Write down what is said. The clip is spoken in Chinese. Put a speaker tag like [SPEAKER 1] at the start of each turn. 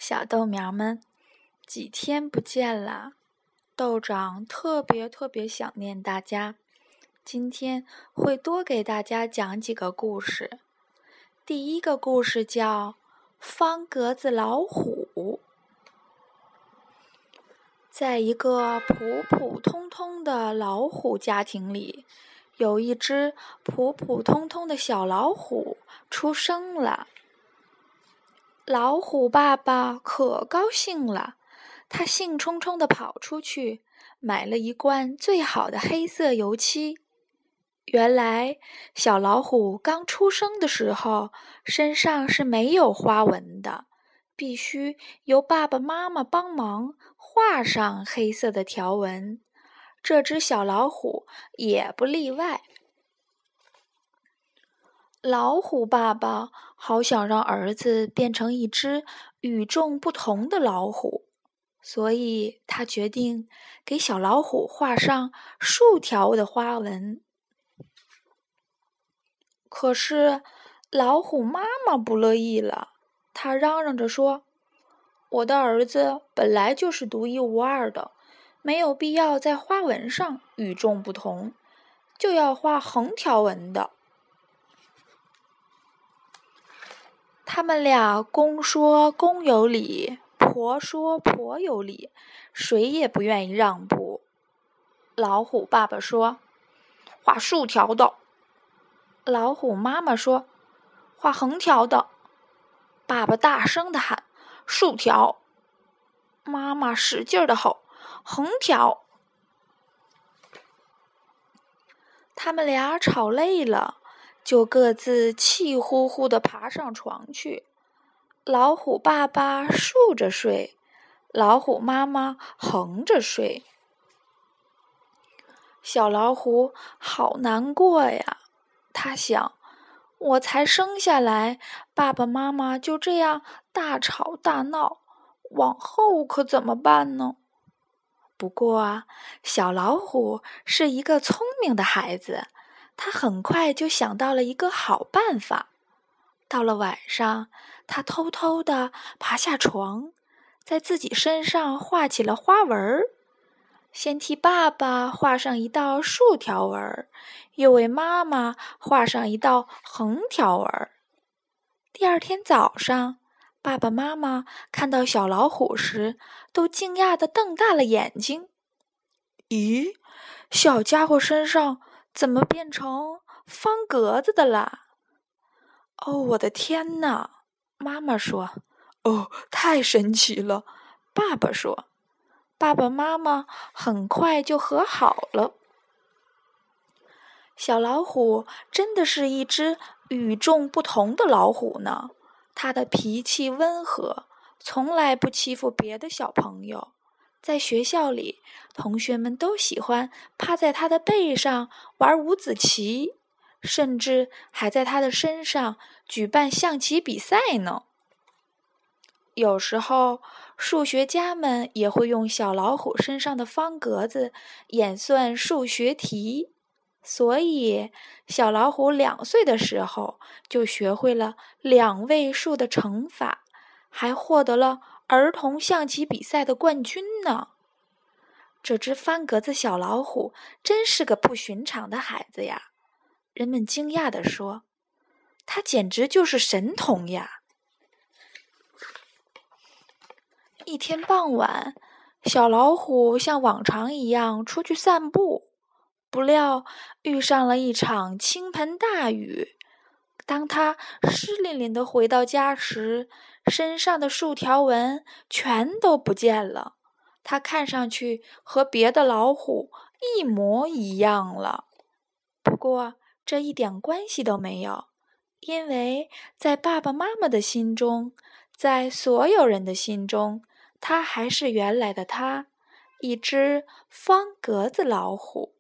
[SPEAKER 1] 小豆苗们，几天不见了，豆长特别想念大家。今天会多给大家讲几个故事。第一个故事叫方格子老虎。在一个普通的老虎家庭里，有一只普通的小老虎出生了。老虎爸爸可高兴了，他兴冲冲地跑出去，买了一罐最好的黑色油漆。原来，小老虎刚出生的时候，身上是没有花纹的，必须由爸爸妈妈帮忙画上黑色的条纹。这只小老虎也不例外。老虎爸爸好想让儿子变成一只与众不同的老虎，所以他决定给小老虎画上竖条的花纹。可是老虎妈妈不乐意了，她嚷嚷着说：“我的儿子本来就是独一无二的，没有必要在花纹上与众不同，就要画横条纹的。”他们俩公说公有理，婆说婆有理，谁也不愿意让步。老虎爸爸说：“画竖条的。”老虎妈妈说：“画横条的。”爸爸大声地喊：“竖条！”妈妈使劲地吼：“横条！”他们俩吵累了，就各自气呼呼地爬上床去。老虎爸爸竖着睡，老虎妈妈横着睡。小老虎好难过呀，他想，我才生下来，爸爸妈妈就这样大吵大闹，往后可怎么办呢？不过，小老虎是一个聪明的孩子，他很快就想到了一个好办法。到了晚上，他偷偷地爬下床，在自己身上画起了花纹，先替爸爸画上一道竖条纹，又为妈妈画上一道横条纹。第二天早上，爸爸妈妈看到小老虎时，都惊讶地瞪大了眼睛。咦，小家伙身上怎么变成方格子的啦？哦，我的天哪！妈妈说。哦，太神奇了！爸爸说。爸爸妈妈很快就和好了。小老虎真的是一只与众不同的老虎呢。它的脾气温和，从来不欺负别的小朋友。在学校里，同学们都喜欢趴在它的背上玩五子棋，甚至还在它的身上举办象棋比赛呢。有时候，数学家们也会用小老虎身上的方格子演算数学题。所以，小老虎2岁的时候就学会了2位数的乘法，还获得了儿童象棋比赛的冠军呢。这只方格子小老虎真是个不寻常的孩子呀！人们惊讶地说：“它简直就是神童呀！”一天傍晚，小老虎像往常一样出去散步，不料遇上了一场倾盆大雨。当他湿淋淋地回到家时，身上的竖条纹全都不见了。他看上去和别的老虎一模一样了。不过这一点关系都没有，因为在爸爸妈妈的心中，在所有人的心中，他还是原来的他，一只方格子老虎。